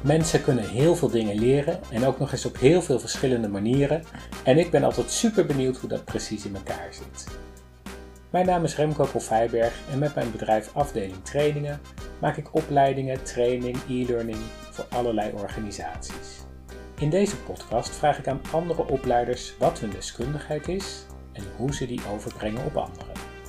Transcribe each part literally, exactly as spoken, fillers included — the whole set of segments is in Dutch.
Mensen kunnen heel veel dingen leren en ook nog eens op heel veel verschillende manieren. En ik ben altijd super benieuwd hoe dat precies in elkaar zit. Mijn naam is Remco Polfijberg en met mijn bedrijf Afdeling Trainingen maak ik opleidingen, training, e-learning voor allerlei organisaties. In deze podcast vraag ik aan andere opleiders wat hun deskundigheid is en hoe ze die overbrengen op anderen.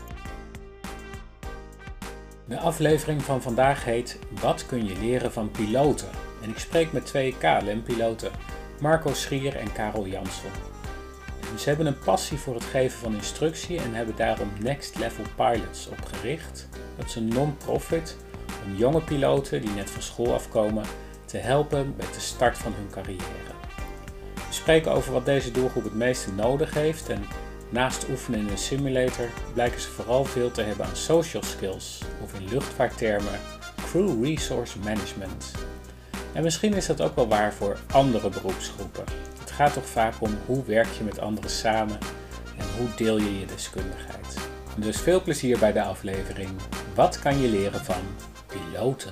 De aflevering van vandaag heet Wat kun je leren van piloten? En ik spreek met twee K L M-piloten, Marco Schier en Karel Jansson. Ze hebben een passie voor het geven van instructie en hebben daarom Next Level Pilots opgericht. Dat is een non-profit om jonge piloten die net van school afkomen te helpen met de start van hun carrière. We spreken over wat deze doelgroep het meeste nodig heeft en naast oefenen in een simulator blijken ze vooral veel te hebben aan social skills of in luchtvaarttermen crew resource management. En misschien is dat ook wel waar voor andere beroepsgroepen. Het gaat toch vaak om hoe werk je met anderen samen en hoe deel je je deskundigheid. Dus veel plezier bij de aflevering. Wat kan je leren van piloten?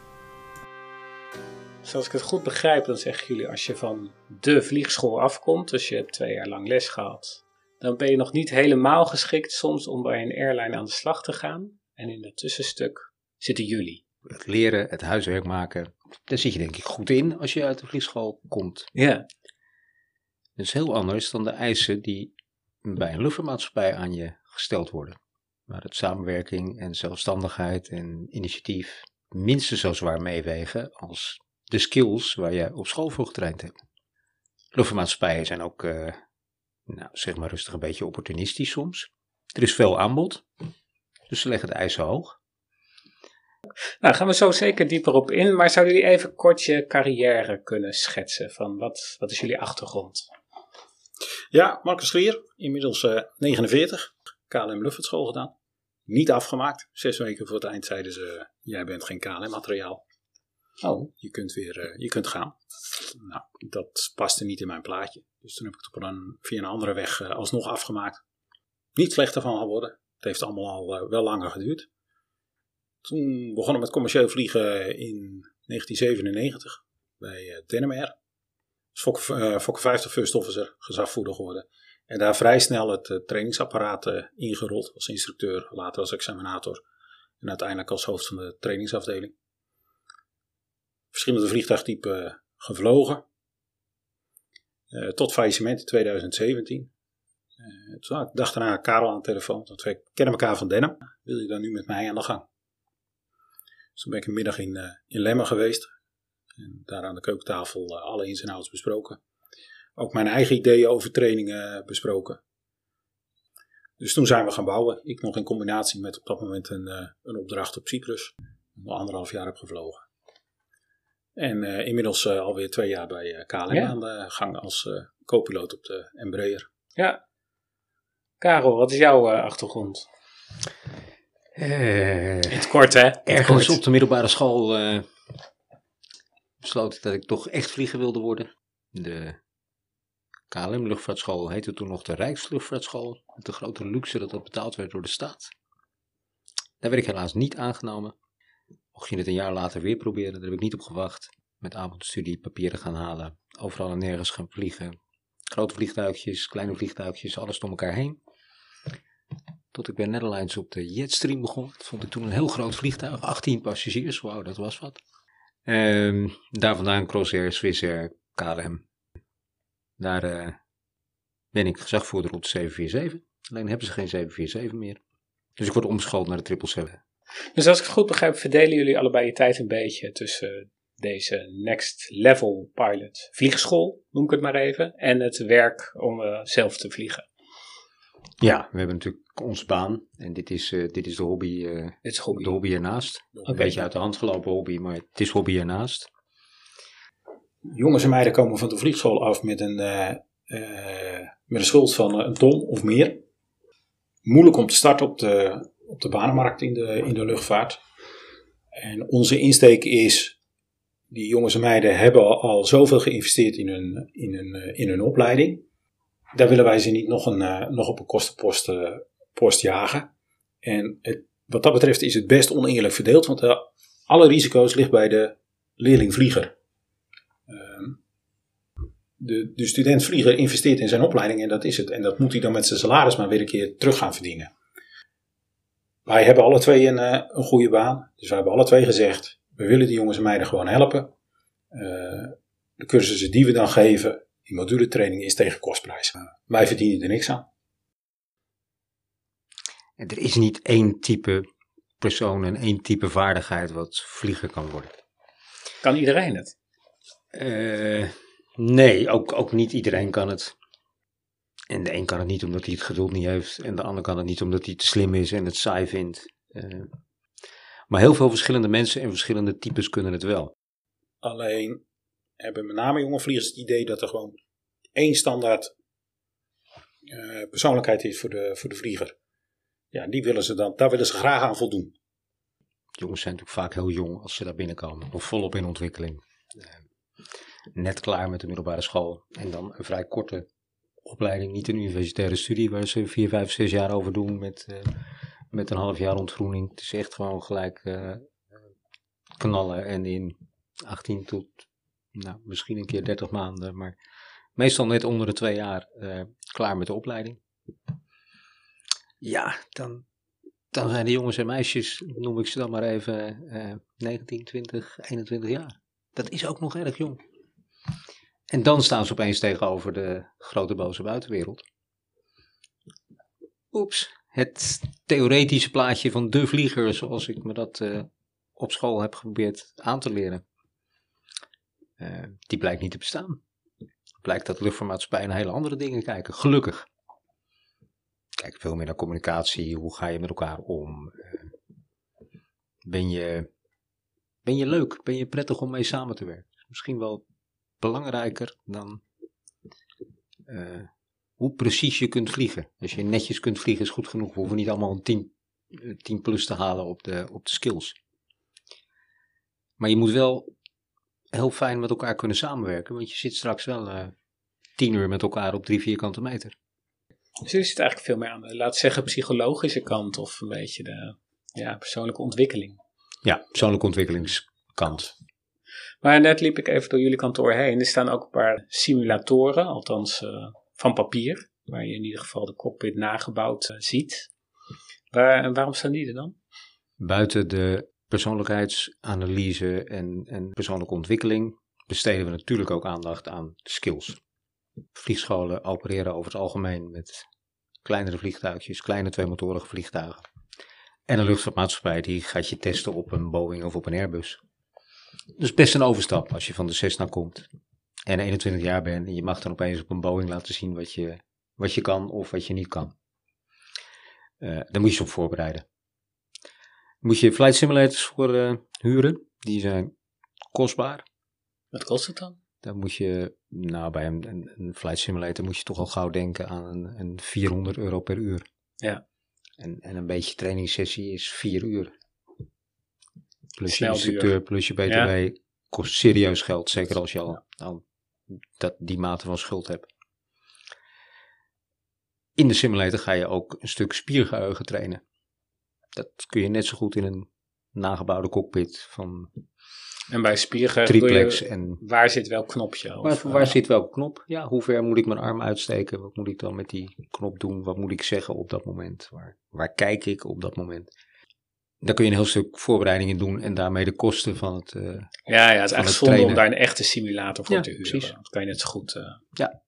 Zoals ik het goed begrijp, dan zeggen jullie als je van de vliegschool afkomt, dus je hebt twee jaar lang les gehad, dan ben je nog niet helemaal geschikt soms om bij een airline aan de slag te gaan. En in dat tussenstuk zitten jullie. Het leren, het huiswerk maken, daar zit je denk ik goed in als je uit de vliegschool komt. Ja. Dat is heel anders dan de eisen die bij een luchtvaartmaatschappij aan je gesteld worden. Waar het samenwerking en zelfstandigheid en initiatief minstens zo zwaar meewegen als de skills waar je op school voor getraind hebt. Luchtvaartmaatschappijen zijn ook, uh, nou, zeg maar rustig een beetje opportunistisch soms. Er is veel aanbod, dus ze leggen de eisen hoog. Nou, gaan we zo zeker dieper op in, maar zouden jullie even kort je carrière kunnen schetsen? Van wat, wat is jullie achtergrond? Ja, Marco Schier, inmiddels uh, negenenveertig, K L M luchtvaartschool gedaan. Niet afgemaakt, zes weken voor het eind zeiden ze, jij bent geen K L M-materiaal. Oh, je kunt weer, uh, je kunt gaan. Nou, dat paste niet in mijn plaatje, dus toen heb ik het op een, via een andere weg uh, alsnog afgemaakt. Niet slechter van geworden, het heeft allemaal al uh, wel langer geduurd. Toen begon ik met commercieel vliegen in negentien zevenennegentig bij uh, Denemer. Fokker, uh, Fokker vijftig First Officer, gezagvoerder geworden. En daar vrij snel het uh, trainingsapparaat uh, ingerold als instructeur, later als examinator. En uiteindelijk als hoofd van de trainingsafdeling. Verschillende vliegtuigtypen uh, gevlogen. Uh, tot faillissement in twintig zeventien. Uh, toen had ik dag daarna Karel aan de telefoon. Want we kennen elkaar van Denem. Wil je dan nu met mij aan de gang? Dus toen ben ik een middag in, uh, in Lemmer geweest. En daar aan de keukentafel uh, alle ins en outs besproken. Ook mijn eigen ideeën over trainingen uh, besproken. Dus toen zijn we gaan bouwen. Ik nog in combinatie met op dat moment een, uh, een opdracht op Cyprus. Al anderhalf jaar heb gevlogen. En uh, inmiddels uh, alweer twee jaar bij uh, K L M ja. aan de gang als uh, co-piloot op de Embraer. Ja. Karel, wat is jouw uh, achtergrond? Uh, In het kort, hè? Het ergens kort. op de middelbare school uh, besloot ik dat ik toch echt vlieger wilde worden. De K L M-luchtvaartschool heette toen nog de Rijksluchtvaartschool. Met de grote luxe dat dat betaald werd door de staat. Daar werd ik helaas niet aangenomen. Mocht je het een jaar later weer proberen, daar heb ik niet op gewacht. Met avondstudie, papieren gaan halen, overal en nergens gaan vliegen. Grote vliegtuigjes, kleine vliegtuigjes, alles door elkaar heen. Tot ik bij Netherlands op de Jetstream begon. Dat vond ik toen een heel groot vliegtuig, achttien passagiers, wauw, dat was wat. Um, daar vandaan Crossair, Swissair, K L M. Daar uh, ben ik gezagvoerder op de zeven vier zeven. Alleen hebben ze geen zeven vier zeven meer. Dus ik word omgeschoold naar de triple seven. Dus als ik het goed begrijp, verdelen jullie allebei je tijd een beetje tussen deze Next Level Pilot vliegschool, noem ik het maar even, en het werk om uh, zelf te vliegen. Ja, we hebben natuurlijk onze baan en dit is, uh, dit is de hobby, uh, dit is hobby. De hobby ernaast. Okay. Een beetje uit de hand gelopen hobby, maar het is hobby ernaast. Jongens en meiden komen van de vliegschool af met een, uh, uh, met een schuld van uh, een ton of meer. Moeilijk om te starten op de, op de banenmarkt in de, in de luchtvaart. En onze insteek is, die jongens en meiden hebben al, al zoveel geïnvesteerd in hun, in, hun, in hun opleiding. Daar willen wij ze niet nog, een, uh, nog op een kostenpost uh, post jagen. En het, wat dat betreft is het best oneerlijk verdeeld, want uh, alle risico's liggen bij de leerling-vlieger. Uh, de, de student vlieger investeert in zijn opleiding en dat is het. En dat moet hij dan met zijn salaris maar weer een keer terug gaan verdienen. Wij hebben alle twee een, uh, een goede baan. Dus we hebben alle twee gezegd, we willen die jongens en meiden gewoon helpen. Uh, de cursussen die we dan geven, die moduletraining is tegen kostprijs. Uh, wij verdienen er niks aan. Er is niet één type persoon en één type vaardigheid wat vlieger kan worden. Kan iedereen het? Uh, nee, ook, ook niet iedereen kan het. En de een kan het niet omdat hij het geduld niet heeft. En de ander kan het niet omdat hij te slim is en het saai vindt. Uh, maar heel veel verschillende mensen en verschillende types kunnen het wel. Alleen hebben met name jonge vliegers het idee dat er gewoon één standaard uh, persoonlijkheid is voor de, voor de vlieger. Ja, die willen ze dan, daar willen ze graag aan voldoen. Jongens zijn natuurlijk vaak heel jong als ze daar binnenkomen. Of volop in ontwikkeling. Uh, net klaar met de middelbare school. En dan een vrij korte opleiding. Niet een universitaire studie waar ze vier, vijf, zes jaar over doen met, uh, met een half jaar ontgroening. Het is echt gewoon gelijk uh, knallen en in achttien tot nou, misschien een keer dertig maanden. Maar meestal net onder de twee jaar uh, klaar met de opleiding. Ja, dan, dan zijn de jongens en meisjes, noem ik ze dan maar even, uh, negentien, twintig, eenentwintig jaar. Dat is ook nog erg jong. En dan staan ze opeens tegenover de grote boze buitenwereld. Oeps, het theoretische plaatje van de vlieger, zoals ik me dat uh, op school heb geprobeerd aan te leren. Uh, die blijkt niet te bestaan. Blijkt dat luchtvaartmaatschappijen naar hele andere dingen kijken, gelukkig. Kijk veel meer naar communicatie, hoe ga je met elkaar om? Uh, ben je, ben je leuk, ben je prettig om mee samen te werken? Misschien wel belangrijker dan uh, hoe precies je kunt vliegen. Als je netjes kunt vliegen is goed genoeg. We hoeven niet allemaal een tien, tien plus te halen op de, op de skills. Maar je moet wel heel fijn met elkaar kunnen samenwerken. Want je zit straks wel uh, tien uur met elkaar op drie vierkante meter. Dus er zit eigenlijk veel meer aan de, laat zeggen, psychologische kant of een beetje de ja, persoonlijke ontwikkeling. Ja, persoonlijke ontwikkelingskant. Maar net liep ik even door jullie kantoor heen. Er staan ook een paar simulatoren, althans uh, van papier, waar je in ieder geval de cockpit nagebouwd uh, ziet. Waar, en waarom staan die er dan? Buiten de persoonlijkheidsanalyse en, en persoonlijke ontwikkeling besteden we natuurlijk ook aandacht aan skills. Vliegscholen opereren over het algemeen met kleinere vliegtuigjes, kleine tweemotorige vliegtuigen. En een luchtvaartmaatschappij die gaat je testen op een Boeing of op een Airbus. Dus best een overstap als je van de Cessna komt en eenentwintig jaar bent en je mag dan opeens op een Boeing laten zien wat je, wat je kan of wat je niet kan. Uh, daar moet je je op voorbereiden. Moet je flight simulators voor uh, huren, die zijn kostbaar. Wat kost het dan? Dan moet je, nou bij een, een, een flight simulator moet je toch al gauw denken aan een, een vierhonderd euro per uur. Ja. En, en een beetje trainingssessie is vier uur. Plus Snel je instructeur, duur. plus je B T W, Ja. kost serieus geld. Zeker als je al, al dat, die mate van schuld hebt. In de simulator ga je ook een stuk spiergeheugen trainen. Dat kun je net zo goed in een nagebouwde cockpit van En bij spiergeheugen doe triplex. je, En waar zit welk knopje? Of, waar, waar uh, zit welke knop? Ja, hoe ver moet ik mijn arm uitsteken? Wat moet ik dan met die knop doen? Wat moet ik zeggen op dat moment? Waar, waar kijk ik op dat moment? Daar kun je een heel stuk voorbereiding in doen en daarmee de kosten van het uh, Ja, ja, het is het eigenlijk zonde trainen. om daar een echte simulator voor Ja, te huren. precies. Dat kan je net zo goed. Uh, Ja.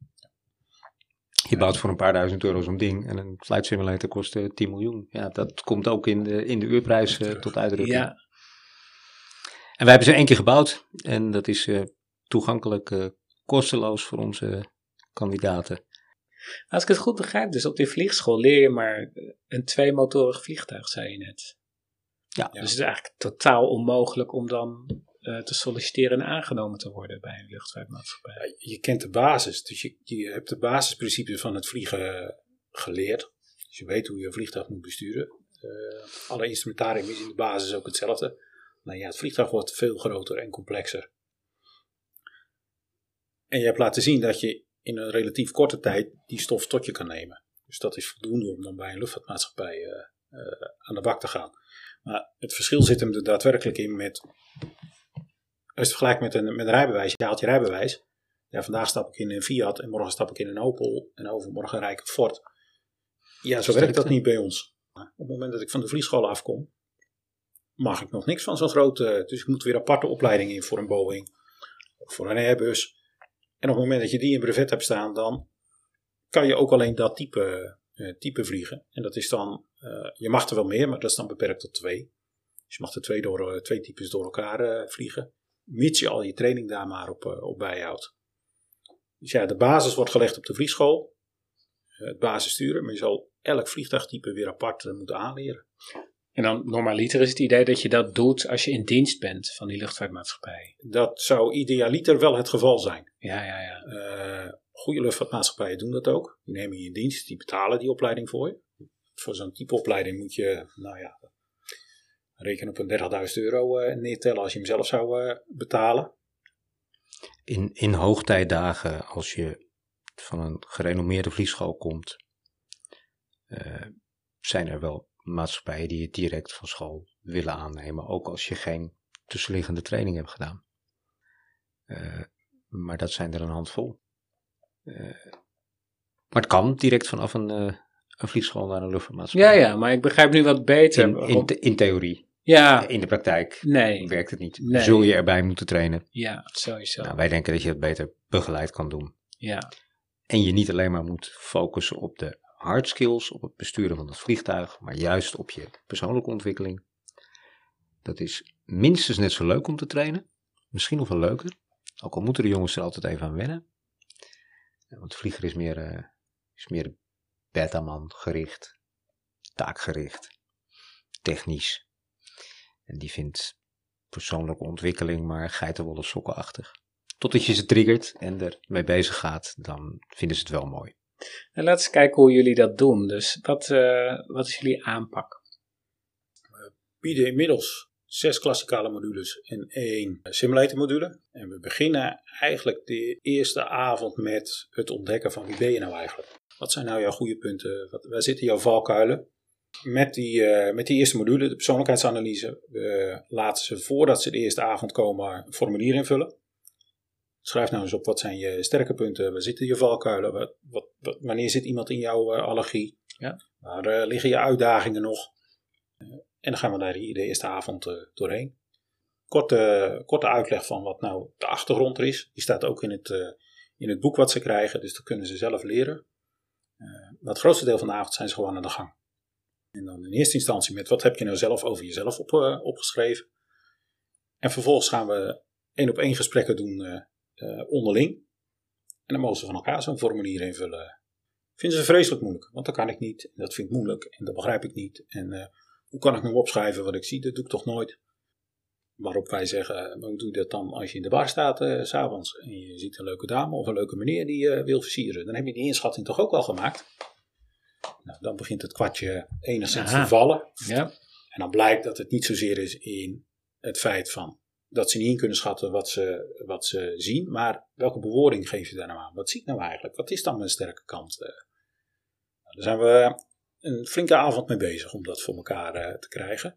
Je bouwt voor een paar duizend euro zo'n ding en een flight simulator kost uh, tien miljoen. Ja, dat komt ook in de, in de uurprijs uh, tot uitdrukking. ja. En wij hebben ze één keer gebouwd en dat is uh, toegankelijk uh, kosteloos voor onze kandidaten. Als ik het goed begrijp, dus op die vliegschool leer je maar een tweemotorig vliegtuig, zei je net. Ja. Dus het is eigenlijk totaal onmogelijk om dan uh, te solliciteren en aangenomen te worden bij een luchtvaartmaatschappij. Je kent de basis, dus je, je hebt de basisprincipes van het vliegen geleerd. Dus je weet hoe je een vliegtuig moet besturen. Uh, alle instrumentarium is in de basis ook hetzelfde. Maar ja, het vliegtuig wordt veel groter en complexer. En je hebt laten zien dat je in een relatief korte tijd die stof tot je kan nemen. Dus dat is voldoende om dan bij een luchtvaartmaatschappij uh, uh, aan de bak te gaan. Maar het verschil zit hem er daadwerkelijk in met je het vergelijkt met een, met een rijbewijs, je haalt je rijbewijs. Ja, vandaag stap ik in een Fiat en morgen stap ik in een Opel en overmorgen rijd ik een Ford. Ja, zo werkt dat niet bij ons. Op het moment dat ik van de vliegschool afkom, mag ik nog niks van zo'n grote. Dus ik moet weer aparte opleiding in voor een Boeing of voor een Airbus. En op het moment dat je die in brevet hebt staan, dan kan je ook alleen dat type, uh, type vliegen. En dat is dan, uh, je mag er wel meer, maar dat is dan beperkt tot twee. Dus je mag er twee, door, uh, twee types door elkaar uh, vliegen. Mits je al je training daar maar op, uh, op bijhoudt. Dus ja, de basis wordt gelegd op de vliegschool. Uh, het basissturen. Maar je zal elk vliegtuigtype weer apart uh, moeten aanleren. En dan normaliter is het idee dat je dat doet als je in dienst bent van die luchtvaartmaatschappij. Dat zou idealiter wel het geval zijn. Ja, ja, ja. Uh, goede luchtvaartmaatschappijen doen dat ook. Die nemen je in dienst, die betalen die opleiding voor je. Voor zo'n type opleiding moet je, nou ja, reken op een dertigduizend euro uh, neertellen als je hem zelf zou uh, betalen. In, in hoogtijdagen, als je van een gerenommeerde vliegschool komt, uh, zijn er wel maatschappijen die je direct van school willen aannemen. Ook als je geen tussenliggende training hebt gedaan. Uh, maar dat zijn er een handvol. Uh, maar het kan direct vanaf een, uh, een vliegschool naar een luchtvaartmaatschappij. Ja, ja, maar ik begrijp nu wat beter. In, in, te, in theorie. Ja. In de praktijk nee. werkt het niet. Nee. Zul je erbij moeten trainen. Ja, sowieso. Nou, wij denken dat je het beter begeleid kan doen. Ja. En je niet alleen maar moet focussen op de hard skills, op het besturen van het vliegtuig, maar juist op je persoonlijke ontwikkeling. Dat is minstens net zo leuk om te trainen. Misschien nog wel leuker. Ook al moeten de jongens er altijd even aan wennen. Want de vlieger is meer, uh, is meer betaman gericht, taakgericht, technisch. En die vindt persoonlijke ontwikkeling maar geitenwolle sokkenachtig. Totdat je ze triggert en ermee bezig gaat, dan vinden ze het wel mooi. En laten we kijken hoe jullie dat doen. Dus wat, uh, wat is jullie aanpak? We bieden inmiddels zes klassikale modules en één simulator module. En we beginnen eigenlijk de eerste avond met het ontdekken van wie ben je nou eigenlijk. Wat zijn nou jouw goede punten? Wat, waar zitten jouw valkuilen? Met die, uh, met die eerste module, de persoonlijkheidsanalyse, uh, laten ze voordat ze de eerste avond komen een formulier invullen. Schrijf nou eens op wat zijn je sterke punten, waar zitten je valkuilen, wat, wat, wat, wanneer zit iemand in jouw uh, allergie, ja. waar uh, liggen je uitdagingen nog. Uh, en dan gaan we daar hier de eerste avond uh, doorheen. Korte, korte uitleg van wat nou de achtergrond er is, die staat ook in het, uh, in het boek wat ze krijgen, dus dat kunnen ze zelf leren. Uh, maar het grootste deel van de avond zijn ze gewoon aan de gang. En dan in eerste instantie met wat heb je nou zelf over jezelf op, uh, opgeschreven. En vervolgens gaan we één op één gesprekken doen uh, uh, onderling. En dan mogen ze van elkaar zo'n formulier invullen. Vinden ze vreselijk moeilijk, want dat kan ik niet. En dat vind ik moeilijk en dat begrijp ik niet. En uh, hoe kan ik nou opschrijven wat ik zie? Dat doe ik toch nooit. Waarop wij zeggen, hoe doe je dat dan als je in de bar staat uh, 's avonds en je ziet een leuke dame of een leuke meneer die uh, wil versieren. Dan heb je die inschatting toch ook al gemaakt. Nou, dan begint het kwartje enigszins te vallen. Ja. En dan blijkt dat het niet zozeer is in het feit van dat ze niet in kunnen schatten wat ze, wat ze zien. Maar welke bewoording geef je daar nou aan? Wat zie ik nou eigenlijk? Wat is dan mijn sterke kant? Nou, daar zijn we een flinke avond mee bezig om dat voor elkaar uh, te krijgen.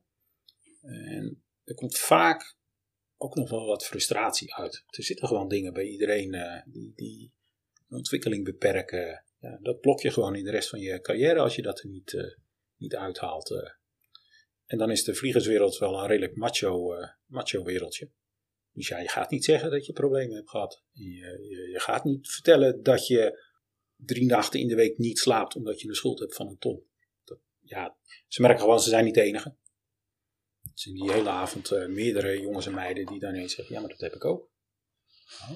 En er komt vaak ook nog wel wat frustratie uit. Er zitten gewoon dingen bij iedereen uh, die, die de ontwikkeling beperken. Ja, dat blok je gewoon in de rest van je carrière als je dat er niet, uh, niet uithaalt. Uh. En dan is de vliegerswereld wel een redelijk macho, uh, macho wereldje. Dus ja, je gaat niet zeggen dat je problemen hebt gehad. Je, je, je gaat niet vertellen dat je drie nachten in de week niet slaapt omdat je een schuld hebt van een ton. Dat, ja, ze merken gewoon, ze zijn niet de enige. Er zijn die hele avond uh, meerdere jongens en meiden die dan eens zeggen, ja, maar dat heb ik ook. Oh.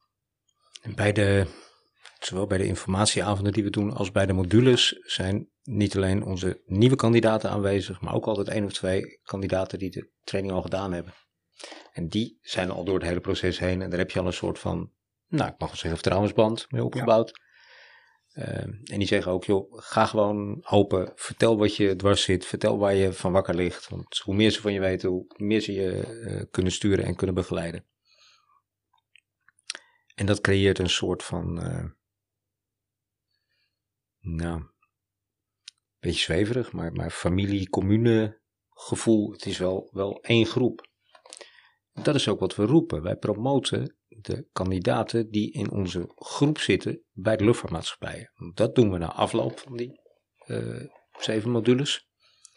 En bij de... Zowel bij de informatieavonden die we doen als bij de modules zijn niet alleen onze nieuwe kandidaten aanwezig, maar ook altijd één of twee kandidaten die de training al gedaan hebben. En die zijn al door het hele proces heen en daar heb je al een soort van, nou ik mag wel zeggen, vertrouwensband mee opgebouwd. Ja. Uh, en die zeggen ook, joh, ga gewoon open, vertel wat je dwars zit, vertel waar je van wakker ligt. Want hoe meer ze van je weten, hoe meer ze je uh, kunnen sturen en kunnen begeleiden. En dat creëert een soort van... Uh, Nou, een beetje zweverig, maar, maar familie, commune gevoel. Het is wel, wel één groep. dat is ook wat we roepen. Wij promoten de kandidaten die in onze groep zitten bij de luchtvaartmaatschappijen. Dat doen we na afloop van die uh, zeven modules.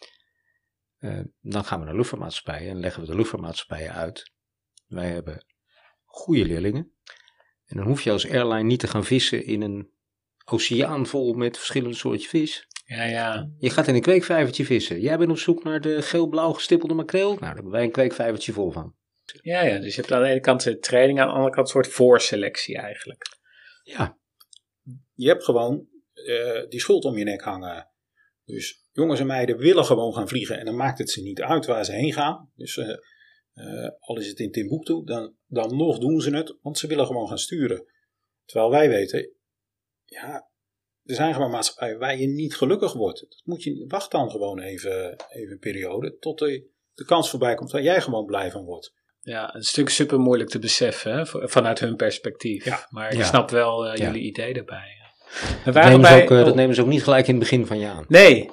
Uh, dan gaan we naar luchtvaartmaatschappijen en leggen we de luchtvaartmaatschappijen uit. Wij hebben goede leerlingen. En dan hoef je als airline niet te gaan vissen in een oceaan vol met verschillende soorten vis. Ja, ja. Je gaat in een kweekvijvertje vissen. Jij bent op zoek naar de geel-blauw gestippelde makreel. Nou, daar hebben wij een kweekvijvertje vol van. Ja, ja, dus je hebt aan de ene kant de training, aan de andere kant een soort voorselectie eigenlijk. Ja. Je hebt gewoon uh, die schuld om je nek hangen. Dus jongens en meiden willen gewoon gaan vliegen en dan maakt het ze niet uit waar ze heen gaan. Dus uh, uh, al is het in Timbuktu, dan, dan nog doen ze het, want ze willen gewoon gaan sturen. Terwijl wij weten, ja, er zijn gewoon maatschappijen waar je niet gelukkig wordt. Dat moet je, wacht dan gewoon even, even een periode tot de, de kans voorbij komt waar jij gewoon blij van wordt. Ja, een stuk super moeilijk te beseffen hè, vanuit hun perspectief. Ja. Maar ik ja. snap wel uh, jullie ja. idee daarbij. We dat, nemen bij, ook, uh, oh. dat nemen ze ook niet gelijk in het begin van je aan. Nee.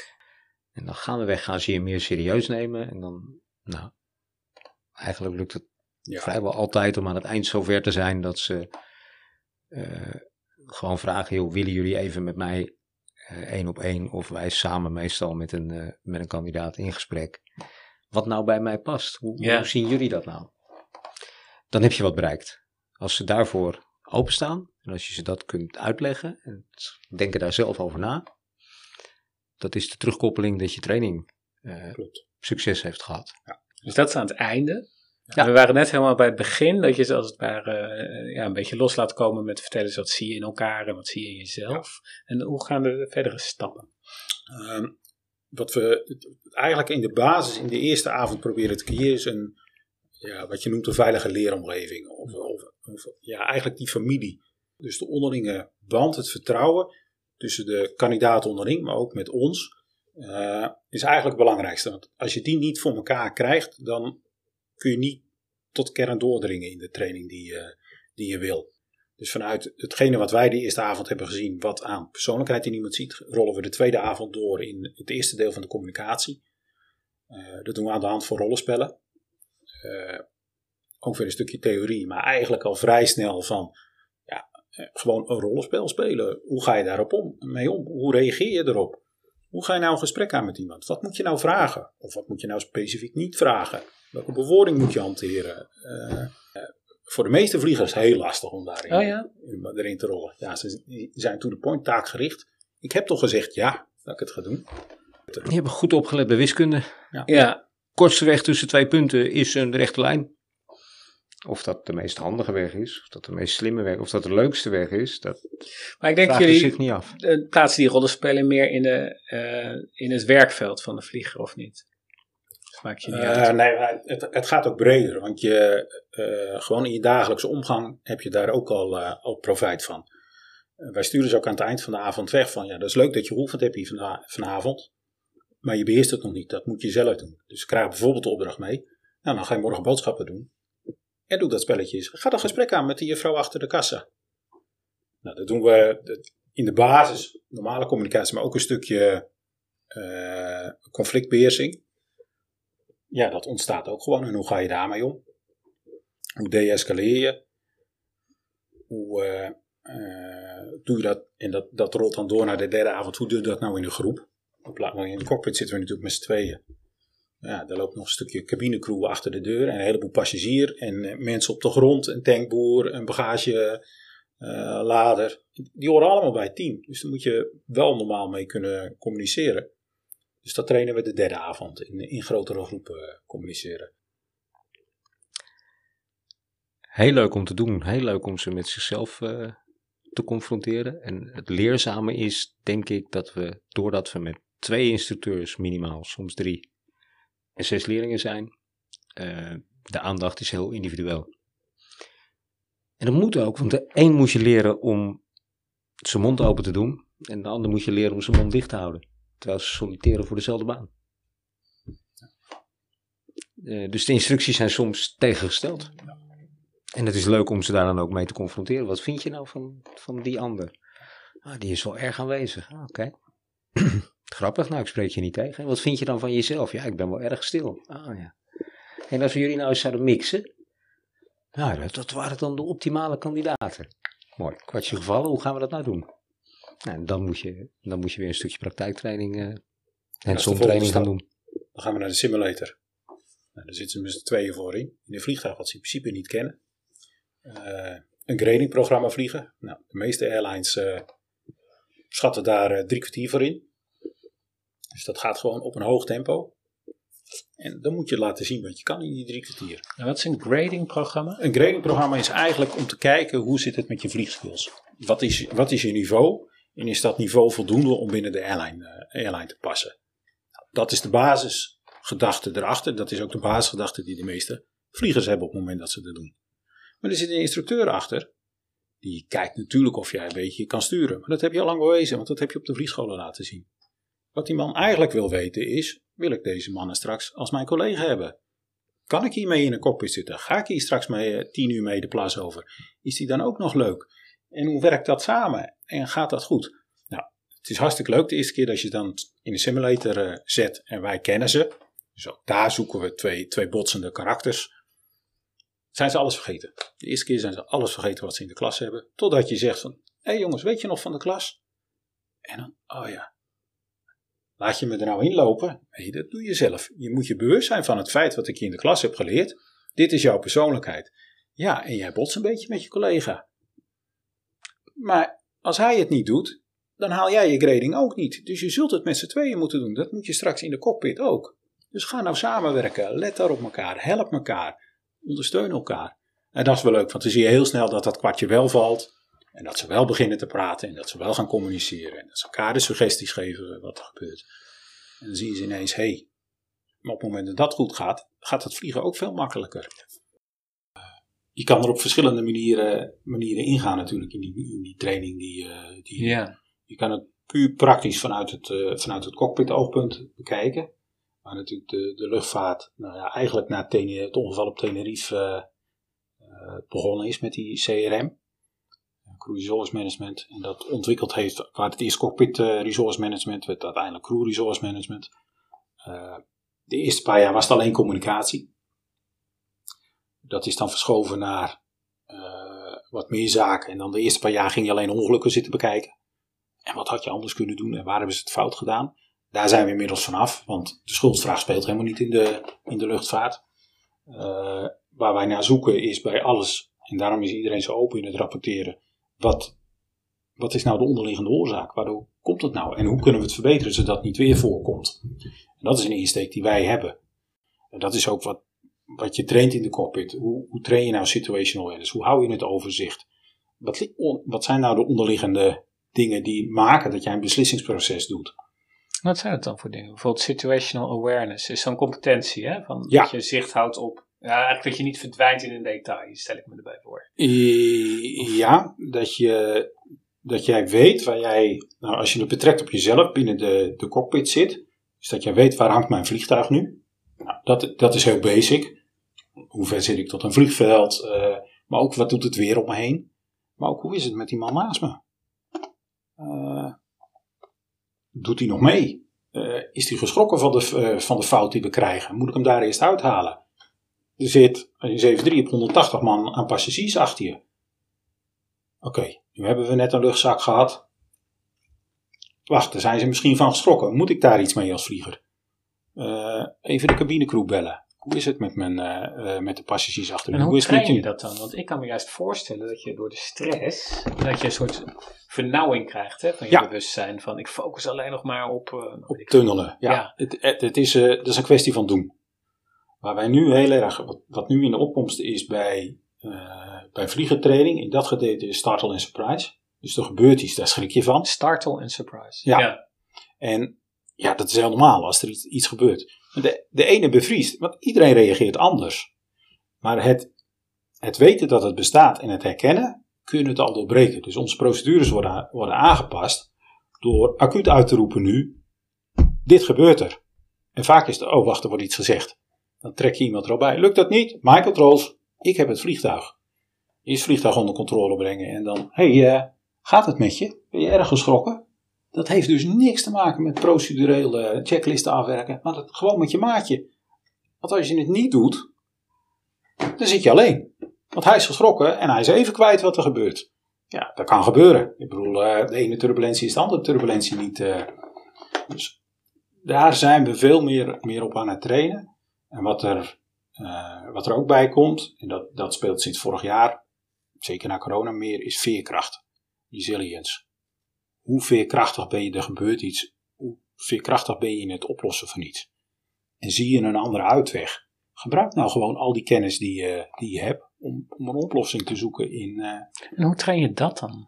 En dan gaandeweg gaan ze je meer serieus nemen. En dan, nou, eigenlijk lukt het ja. vrijwel altijd om aan het eind zover te zijn dat ze uh, gewoon vragen, joh, willen jullie even met mij uh, één op één of wij samen meestal met een, uh, met een kandidaat in gesprek. Wat nou bij mij past. Hoe, ja. hoe zien jullie dat nou? Dan heb je wat bereikt. Als ze daarvoor openstaan en als je ze dat kunt uitleggen en denken daar zelf over na. Dat is de terugkoppeling dat je training uh, succes heeft gehad. Ja. Dus dat is aan het einde. Ja. We waren net helemaal bij het begin dat je ze als het ware uh, ja, een beetje los laat komen met vertellen dus wat zie je in elkaar en wat zie je in jezelf. Ja. En hoe gaan de verdere stappen? Um, wat we eigenlijk in de basis in de eerste avond proberen te creëren is een, ja, wat je noemt een veilige leeromgeving. Of, of, of ja, eigenlijk die familie. Dus de onderlinge band, het vertrouwen tussen de kandidaten onderling, maar ook met ons, uh, is eigenlijk het belangrijkste. Want als je die niet voor elkaar krijgt, dan kun je niet tot kern doordringen in de training die, uh, die je wil. Dus vanuit hetgene wat wij de eerste avond hebben gezien, wat aan persoonlijkheid in iemand ziet, rollen we de tweede avond door in het eerste deel van de communicatie. Uh, dat doen we aan de hand van rollenspellen. Uh, ook weer een stukje theorie, maar eigenlijk al vrij snel van ja, uh, gewoon een rollenspel spelen. Hoe ga je daarop om, mee om? Hoe reageer je erop? Hoe ga je nou een gesprek aan met iemand? Wat moet je nou vragen? Of wat moet je nou specifiek niet vragen? Welke bewoording moet je hanteren? Uh, uh, voor de meeste vliegers heel lastig om daarin oh ja? erin te rollen. Ja, ze zijn to the point taakgericht. Ik heb toch gezegd ja, dat ik het ga doen. Je hebt goed opgelet bij wiskunde. Ja. ja. Kortste weg tussen twee punten is een rechte lijn. Of dat de meest handige weg is, of dat de meest slimme weg, of dat de leukste weg is, dat maar ik denk vraagt jullie zich niet af. Plaatsen die rollenspellen meer in, de, uh, in het werkveld van de vlieger, of niet? Dat maakt je niet uh, uit. Nee, het, het gaat ook breder, want je, uh, gewoon in je dagelijkse omgang heb je daar ook al, uh, al profijt van. Uh, wij sturen ze ook aan het eind van de avond weg van, ja, dat is leuk dat je geoefend hebt hier van, vanavond, maar je beheerst het nog niet, dat moet je zelf doen. Dus je krijgt bijvoorbeeld de opdracht mee, nou, dan ga je morgen boodschappen doen. En doe dat spelletje eens. Ga dan gesprek aan met die juffrouw achter de kassa. Nou, dat doen we in de basis, normale communicatie, maar ook een stukje uh, conflictbeheersing. Ja, dat ontstaat ook gewoon. En hoe ga je daarmee om? Hoe de-escaleer je? Hoe uh, uh, doe je dat? En dat, dat rolt dan door naar de derde avond. Hoe doe je dat nou in de groep? In de cockpit zitten we natuurlijk met z'n tweeën. Ja, er loopt nog een stukje cabinecrew achter de deur en een heleboel passagier en uh, mensen op de grond, een tankboer, een bagagelader. Uh, die horen allemaal bij het team. Dus daar moet je wel normaal mee kunnen communiceren. Dus dat trainen we de derde avond in, in grotere groepen uh, communiceren. Heel leuk om te doen. Heel leuk om ze met zichzelf uh, te confronteren. En het leerzame is, denk ik, dat we, doordat we met twee instructeurs minimaal, soms drie, en zes leerlingen zijn, uh, de aandacht is heel individueel. En dat moet ook, want de een moet je leren om zijn mond open te doen, en de ander moet je leren om zijn mond dicht te houden, terwijl ze solliciteren voor dezelfde baan. Uh, dus de instructies zijn soms tegengesteld. En het is leuk om ze daar dan ook mee te confronteren. Wat vind je nou van, van die ander? Ah, die is wel erg aanwezig. Ah, oké. Okay. Grappig, nou ik spreek je niet tegen. Wat vind je dan van jezelf? Ja, ik ben wel erg stil. Ah ja. En als we jullie nou eens zouden mixen, nou, dat, dat waren dan de optimale kandidaten. Mooi, kwartje gevallen, hoe gaan we dat nou doen? Nou, dan moet je, dan moet je weer een stukje praktijktraining uh, en training gaan doen. Dan gaan we naar de simulator. Nou, daar zitten ze met z'n tweeën voor in. In een vliegtuig wat ze in principe niet kennen. Uh, een gradingprogramma vliegen. Nou, de meeste airlines uh, schatten daar uh, drie kwartier voor in. Dus dat gaat gewoon op een hoog tempo. En dan moet je laten zien wat je kan in die drie kwartier. En wat is een gradingprogramma? Een gradingprogramma is eigenlijk om te kijken hoe zit het met je vliegskills. Wat is, wat is je niveau? En is dat niveau voldoende om binnen de airline, uh, airline te passen? Nou, dat is de basisgedachte erachter. Dat is ook de basisgedachte die de meeste vliegers hebben op het moment dat ze dat doen. Maar er zit een instructeur achter. Die kijkt natuurlijk of jij een beetje kan sturen. Maar dat heb je al lang bewezen, want dat heb je op de vliegscholen laten zien. Wat die man eigenlijk wil weten is, wil ik deze mannen straks als mijn collega hebben? Kan ik hiermee in een cockpit zitten? Ga ik hier straks mee tien uur mee de plas over? Is die dan ook nog leuk? En hoe werkt dat samen? En gaat dat goed? Nou, het is hartstikke leuk de eerste keer dat je dan in de simulator uh, zet en wij kennen ze. Dus ook daar zoeken we twee, twee botsende karakters. Zijn ze alles vergeten? De eerste keer zijn ze alles vergeten wat ze in de klas hebben. Totdat je zegt van, hé hey jongens, weet je nog van de klas? En dan, oh ja. Laat je me er nou inlopen? Nee, dat doe je zelf. Je moet je bewust zijn van het feit wat ik je in de klas heb geleerd. Dit is jouw persoonlijkheid. Ja, en jij botst een beetje met je collega. Maar als hij het niet doet, dan haal jij je grading ook niet. Dus je zult het met z'n tweeën moeten doen. Dat moet je straks in de cockpit ook. Dus ga nou samenwerken. Let daar op elkaar. Help elkaar. Ondersteun elkaar. En dat is wel leuk, want dan zie je heel snel dat dat kwartje wel valt. En dat ze wel beginnen te praten en dat ze wel gaan communiceren. En dat ze elkaar de suggesties geven wat er gebeurt. En dan zie je ze ineens, hé, hey, maar op het moment dat dat goed gaat, gaat het vliegen ook veel makkelijker. Je kan er op verschillende manieren, manieren ingaan natuurlijk in die, in die training. Die, die, ja. Je kan het puur praktisch vanuit het, uh, vanuit het cockpit oogpunt bekijken. Maar natuurlijk de, de luchtvaart, nou ja, eigenlijk na Ten- het ongeval op Tenerife uh, uh, begonnen is met die C R M. Crew Resource Management. En dat ontwikkeld heeft, waar het eerst Cockpit uh, Resource Management werd, uiteindelijk Crew Resource Management. Uh, de eerste paar jaar was het alleen communicatie. Dat is dan verschoven naar uh, wat meer zaken. En dan de eerste paar jaar ging je alleen ongelukken zitten bekijken. En wat had je anders kunnen doen en waar hebben ze het fout gedaan? Daar zijn we inmiddels vanaf, want de schuldvraag speelt helemaal niet in de, in de luchtvaart. Uh, waar wij naar zoeken is bij alles, en daarom is iedereen zo open in het rapporteren. Wat, wat is nou de onderliggende oorzaak? Waardoor komt het nou? En hoe kunnen we het verbeteren zodat het niet weer voorkomt? En dat is een insteek die wij hebben. En dat is ook wat, wat je traint in de cockpit. Hoe, hoe train je nou situational awareness? Hoe hou je het overzicht? Wat, wat zijn nou de onderliggende dingen die maken dat jij een beslissingsproces doet? Wat zijn het dan voor dingen? Bijvoorbeeld situational awareness is zo'n competentie, hè? Van ja. Dat je zicht houdt op. Ja, eigenlijk dat je niet verdwijnt in een detail, stel ik me erbij voor. Ja, dat, je, dat jij weet waar jij, nou als je het betrekt op jezelf binnen de, de cockpit zit, is dat jij weet waar hangt mijn vliegtuig nu. Nou, dat, dat is heel basic. Hoe ver zit ik tot een vliegveld, uh, maar ook wat doet het weer om me heen. Maar ook hoe is het met die man naast me? Uh, doet hij nog mee? Uh, is hij geschrokken van de, uh, van de fout die we krijgen? Moet ik hem daar eerst uithalen? Er zit in zeven drie op honderdtachtig man aan passagiers achter je. Oké, okay, nu hebben we net een luchtzak gehad. Wacht, daar zijn ze misschien van geschrokken. Moet ik daar iets mee als vlieger? Uh, even de cabinecrew bellen. Hoe is het met, mijn, uh, uh, met de passagiers achter me? En hoe, hoe is train het met je dat dan? Want ik kan me juist voorstellen dat je door de stress, dat je een soort vernauwing krijgt, hè, van je ja. bewustzijn. Van ik focus alleen nog maar op... Uh, op tunnelen, ja. ja. Het, het, het is, uh, dat is een kwestie van doen. Waar wij nu heel erg, wat, wat nu in de opkomst is bij, uh, bij vliegentraining, in dat gedeelte is startle en surprise. Dus er gebeurt iets, daar schrik je van. Startle en surprise. Ja. ja. En ja, dat is heel normaal als er iets, iets gebeurt. De, de ene bevriest, want iedereen reageert anders. Maar het, het weten dat het bestaat en het herkennen, kun je het al doorbreken. Dus onze procedures worden, worden aangepast door acuut uit te roepen nu, dit gebeurt er. En vaak is het, oh wacht, er wordt iets gezegd. Dan trek je iemand erop bij. Lukt dat niet? My controls. Ik heb het vliegtuig. Eerst het vliegtuig onder controle brengen. En dan, hé, hey, uh, gaat het met je? Ben je erg geschrokken? Dat heeft dus niks te maken met procedurele checklisten afwerken. Maar dat, gewoon met je maatje. Want als je het niet doet, dan zit je alleen. Want hij is geschrokken en hij is even kwijt wat er gebeurt. Ja, dat kan gebeuren. Ik bedoel, uh, de ene turbulentie is de andere turbulentie niet. Uh, dus daar zijn we veel meer, meer op aan het trainen. En wat er, uh, wat er ook bij komt, en dat, dat speelt sinds vorig jaar, zeker na corona meer, is veerkracht. Resilience. Hoe veerkrachtig ben je, er gebeurt iets, hoe veerkrachtig ben je in het oplossen van iets. En zie je een andere uitweg. Gebruik nou gewoon al die kennis die je, die je hebt om, om een oplossing te zoeken in... Uh, en hoe train je dat dan?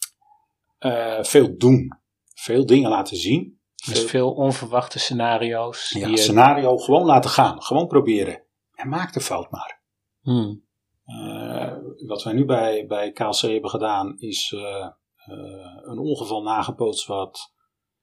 Uh, veel doen. Veel dingen laten zien. Dus veel, veel onverwachte scenario's. Ja, die scenario gewoon laten gaan. Gewoon proberen. En maak de fout maar. Hmm. Uh, wat wij nu bij, bij K L C hebben gedaan is uh, uh, een ongeval nagepootst wat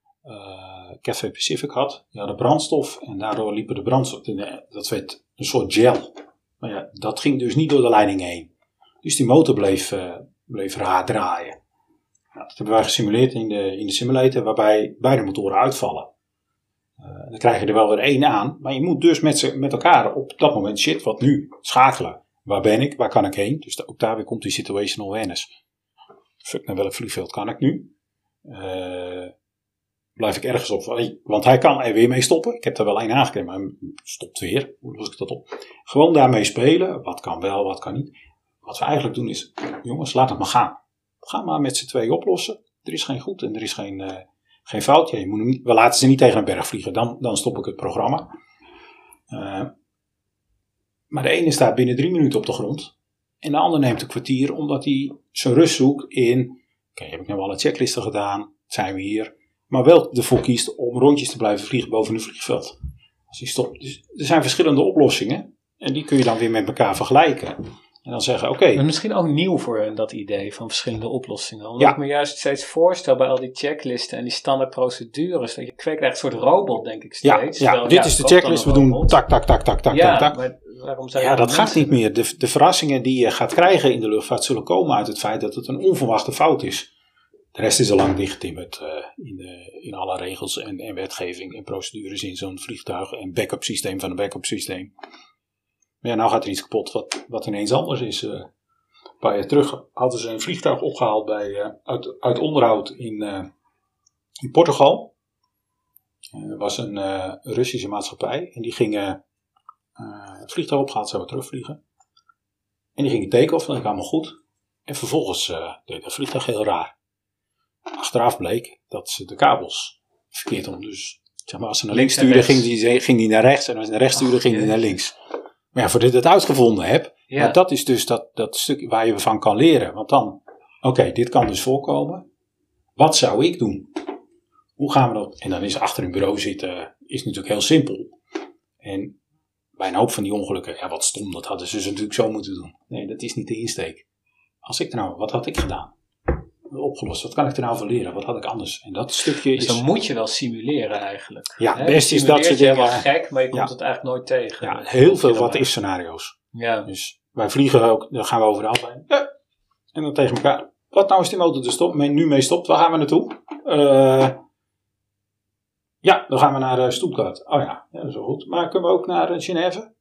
uh, Cathay Pacific had. Die hadden brandstof en daardoor liepen de brandstof. Dat werd een soort gel. Maar ja, dat ging dus niet door de leiding heen. Dus die motor bleef, uh, bleef raar draaien. Nou, dat hebben wij gesimuleerd in de, in de simulator waarbij beide motoren uitvallen. Uh, dan krijg je er wel weer één aan. Maar je moet dus met, ze, met elkaar op dat moment shit, wat nu, schakelen. Waar ben ik? Waar kan ik heen? Dus ook daar weer komt die situational awareness. Fuck, naar welk vliegveld kan ik nu? Uh, blijf ik ergens op? Want hij kan er weer mee stoppen. Ik heb er wel één aangeklemd, maar hij stopt weer. Hoe los ik dat op? Gewoon daarmee spelen. Wat kan wel, wat kan niet. Wat we eigenlijk doen is, jongens, laat het maar gaan. Ga maar met z'n twee oplossen. Er is geen goed en er is geen, uh, geen fout. Ja, je moet hem niet, we laten ze niet tegen een berg vliegen. Dan, dan stop ik het programma. Uh, maar de ene staat binnen drie minuten op de grond. En de ander neemt een kwartier omdat hij zijn rust zoekt in... Oké, okay, heb ik nou alle checklisten gedaan? Zijn we hier? Maar wel ervoor kiest om rondjes te blijven vliegen boven een vliegveld. Als hij stopt. Dus er zijn verschillende oplossingen. En die kun je dan weer met elkaar vergelijken. En dan zeggen, oké. Okay, misschien ook nieuw voor hen, dat idee van verschillende oplossingen. Omdat ja. ik me juist steeds voorstel bij al die checklisten en die standaard procedures. Dat je kweekt echt een soort robot, denk ik steeds. Ja, ja. Terwijl, dit ja, is de checklist. We doen tak, tak, tak, tak, tak, ja, tak. Maar waarom zou je ja, dat gaat mensen... niet meer. De, de verrassingen die je gaat krijgen in de luchtvaart zullen komen uit het feit dat het een onverwachte fout is. De rest is al lang dichtgetimmerd uh, in, de, in alle regels en, en wetgeving en procedures in zo'n vliegtuig en backup systeem van een backup systeem. Maar ja, nou gaat er iets kapot wat, wat ineens anders is. Uh, een paar jaar terug hadden ze een vliegtuig opgehaald bij, uh, uit, uit onderhoud in, uh, in Portugal. Er uh, was een uh, Russische maatschappij en die gingen uh, het vliegtuig opgehaald, zouden terugvliegen. En die gingen take-off, dat ging allemaal goed. En vervolgens uh, deed het vliegtuig heel raar. Achteraf bleek dat ze de kabels verkeerd om. Dus zeg maar, als ze naar links stuurden, ging die, ging die naar rechts. En als ze naar rechts stuurden, ging die naar links. Maar ja, voordat je het uitgevonden hebt, ja. Maar dat is dus dat, dat stuk waar je van kan leren. Want dan, oké, okay, dit kan dus voorkomen. Wat zou ik doen? Hoe gaan we dat? En dan is achter een bureau zitten, is natuurlijk heel simpel. En bij een hoop van die ongelukken, ja, wat stom, dat hadden ze dus natuurlijk zo moeten doen. Nee, dat is niet de insteek. Als ik er nou, wat had ik gedaan? Opgelost. Wat kan ik er nou van leren? Wat had ik anders? En dat stukje dus is... dan moet je wel simuleren eigenlijk. Ja, He, best is dat soort dingen. Je helemaal gek, maar je komt ja. het eigenlijk nooit tegen. Ja, heel veel what-if scenario's. Ja. Dus wij vliegen ook, dan gaan we overal bij. Ja. En dan tegen elkaar. Wat nou is die motor te stop, nu mee stopt? Waar gaan we naartoe? Uh, ja, dan gaan we naar uh, Stuttgart. Oh ja, ja, dat is wel goed. Maar kunnen we ook naar uh, Genève?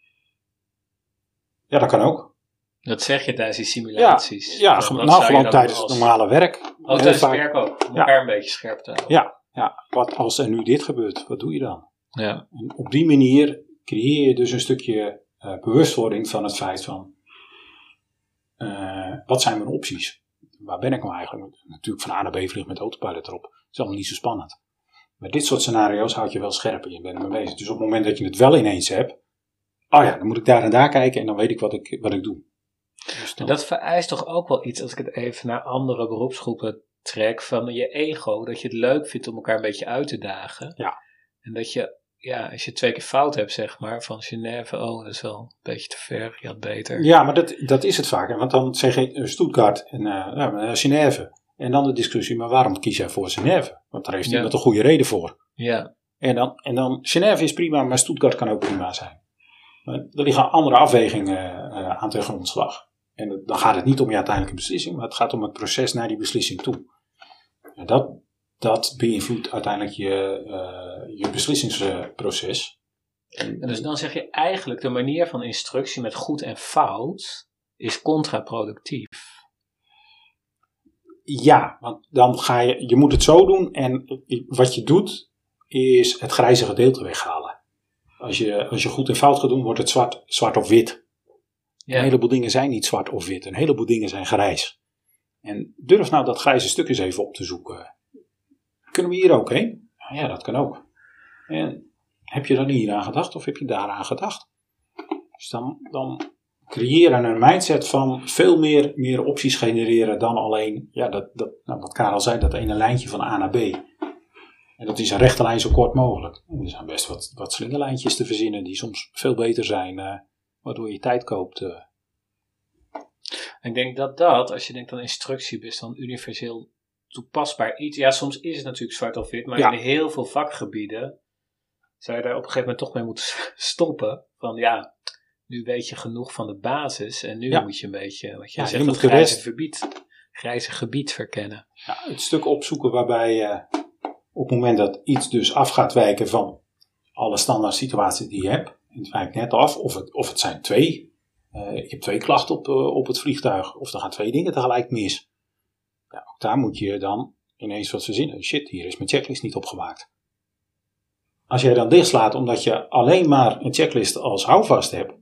Ja, dat kan ook. Dat zeg je tijdens die simulaties. Ja, ja nou gewoon tijdens het normale werk. Oh, tijdens het werk ook. Om ja. elkaar een beetje scherp te houden. Ja, ja, wat als er nu dit gebeurt, wat doe je dan? Ja. En op die manier creëer je dus een stukje uh, bewustwording van het feit van... Uh, wat zijn mijn opties? Waar ben ik nou eigenlijk? Natuurlijk van A naar B vliegen met autopilot erop. Dat is allemaal niet zo spannend. Maar dit soort scenario's houd je wel scherp en je bent ermee bezig. Dus op het moment dat je het wel ineens hebt... Oh ja, dan moet ik daar en daar kijken en dan weet ik wat ik, wat ik doe. Dus en dat vereist toch ook wel iets, als ik het even naar andere beroepsgroepen trek, van je ego, dat je het leuk vindt om elkaar een beetje uit te dagen. Ja. En dat je, ja, als je twee keer fout hebt, zeg maar, van Genève, oh, dat is wel een beetje te ver, je had beter. Ja, maar dat, dat is het vaak. Want dan zeg je Stuttgart en uh, ja, Genève. En dan de discussie, maar waarom kies jij voor Genève? Want daar heeft ja. iemand een goede reden voor. Ja. En dan, en dan, Genève is prima, maar Stuttgart kan ook prima zijn. Maar er liggen andere afwegingen uh, aan ten grondslag. En dan gaat het niet om je uiteindelijke beslissing, maar het gaat om het proces naar die beslissing toe. En dat, dat beïnvloedt uiteindelijk je, uh, je beslissingsproces. En dus dan zeg je eigenlijk de manier van instructie met goed en fout is contraproductief. Ja, want dan ga je, je moet het zo doen en wat je doet is het grijze gedeelte weghalen. Als je, als je goed en fout gaat doen, wordt het zwart, zwart of wit. Ja. Een heleboel dingen zijn niet zwart of wit, een heleboel dingen zijn grijs. En durf nou dat grijze stuk eens even op te zoeken. Kunnen we hier ook heen? Ja, dat kan ook. En heb je dan hier aan gedacht of heb je daar aan gedacht? Dus dan, dan creëren een mindset van veel meer, meer opties genereren dan alleen, ja, dat, dat, nou, wat Karel zei, dat ene lijntje van A naar B. En dat is een rechte lijn zo kort mogelijk. En er zijn best wat, wat slingerlijntjes te verzinnen die soms veel beter zijn, uh, waardoor je tijd koopt. Uh. Ik denk dat dat, als je denkt aan instructie, is dan universeel toepasbaar iets. Ja, soms is het natuurlijk zwart of wit, maar ja. In heel veel vakgebieden zou je daar op een gegeven moment toch mee moeten stoppen. Van ja, nu weet je genoeg van de basis en nu ja. moet je een beetje, wat je ja, zegt, je dat grijze, rest... gebied, grijze gebied verkennen. Ja, het stuk opzoeken waarbij je uh, op het moment dat iets dus af gaat wijken van alle standaard situaties die je hebt, en het wijkt net af, of het, of het zijn twee, uh, je hebt twee klachten op, uh, op het vliegtuig, of er gaan twee dingen tegelijk mis. Ja, ook daar moet je dan ineens wat verzinnen. Shit, hier is mijn checklist niet opgemaakt. Als jij dan dichtslaat omdat je alleen maar een checklist als houvast hebt,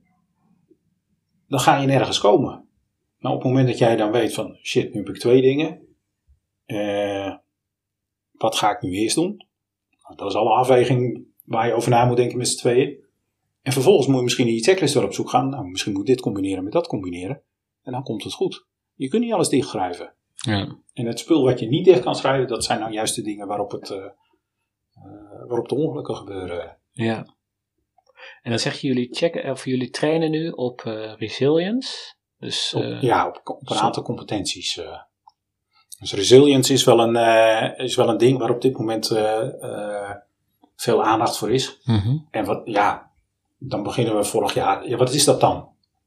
dan ga je nergens komen. Nou, op het moment dat jij dan weet van, shit, nu heb ik twee dingen. Uh, wat ga ik nu eerst doen? Nou, dat is alle afweging waar je over na moet denken met z'n tweeën. En vervolgens moet je misschien in je checklist weer op zoek gaan. Nou, misschien moet ik dit combineren met dat combineren. En dan komt het goed. Je kunt niet alles dichtschrijven. Ja. En het spul wat je niet dicht kan schrijven, dat zijn nou juist de dingen waarop, het, uh, uh, waarop de ongelukken gebeuren. Ja. En dan zeggen jullie checken, of jullie trainen nu op uh, resilience. Dus, uh, op, ja, op, op een zo. aantal competenties. Uh. Dus resilience is wel, een, uh, is wel een ding waar op dit moment uh, uh, veel aandacht voor is. Mm-hmm. En wat, ja, dan beginnen we vorig jaar. Ja, wat is dat dan?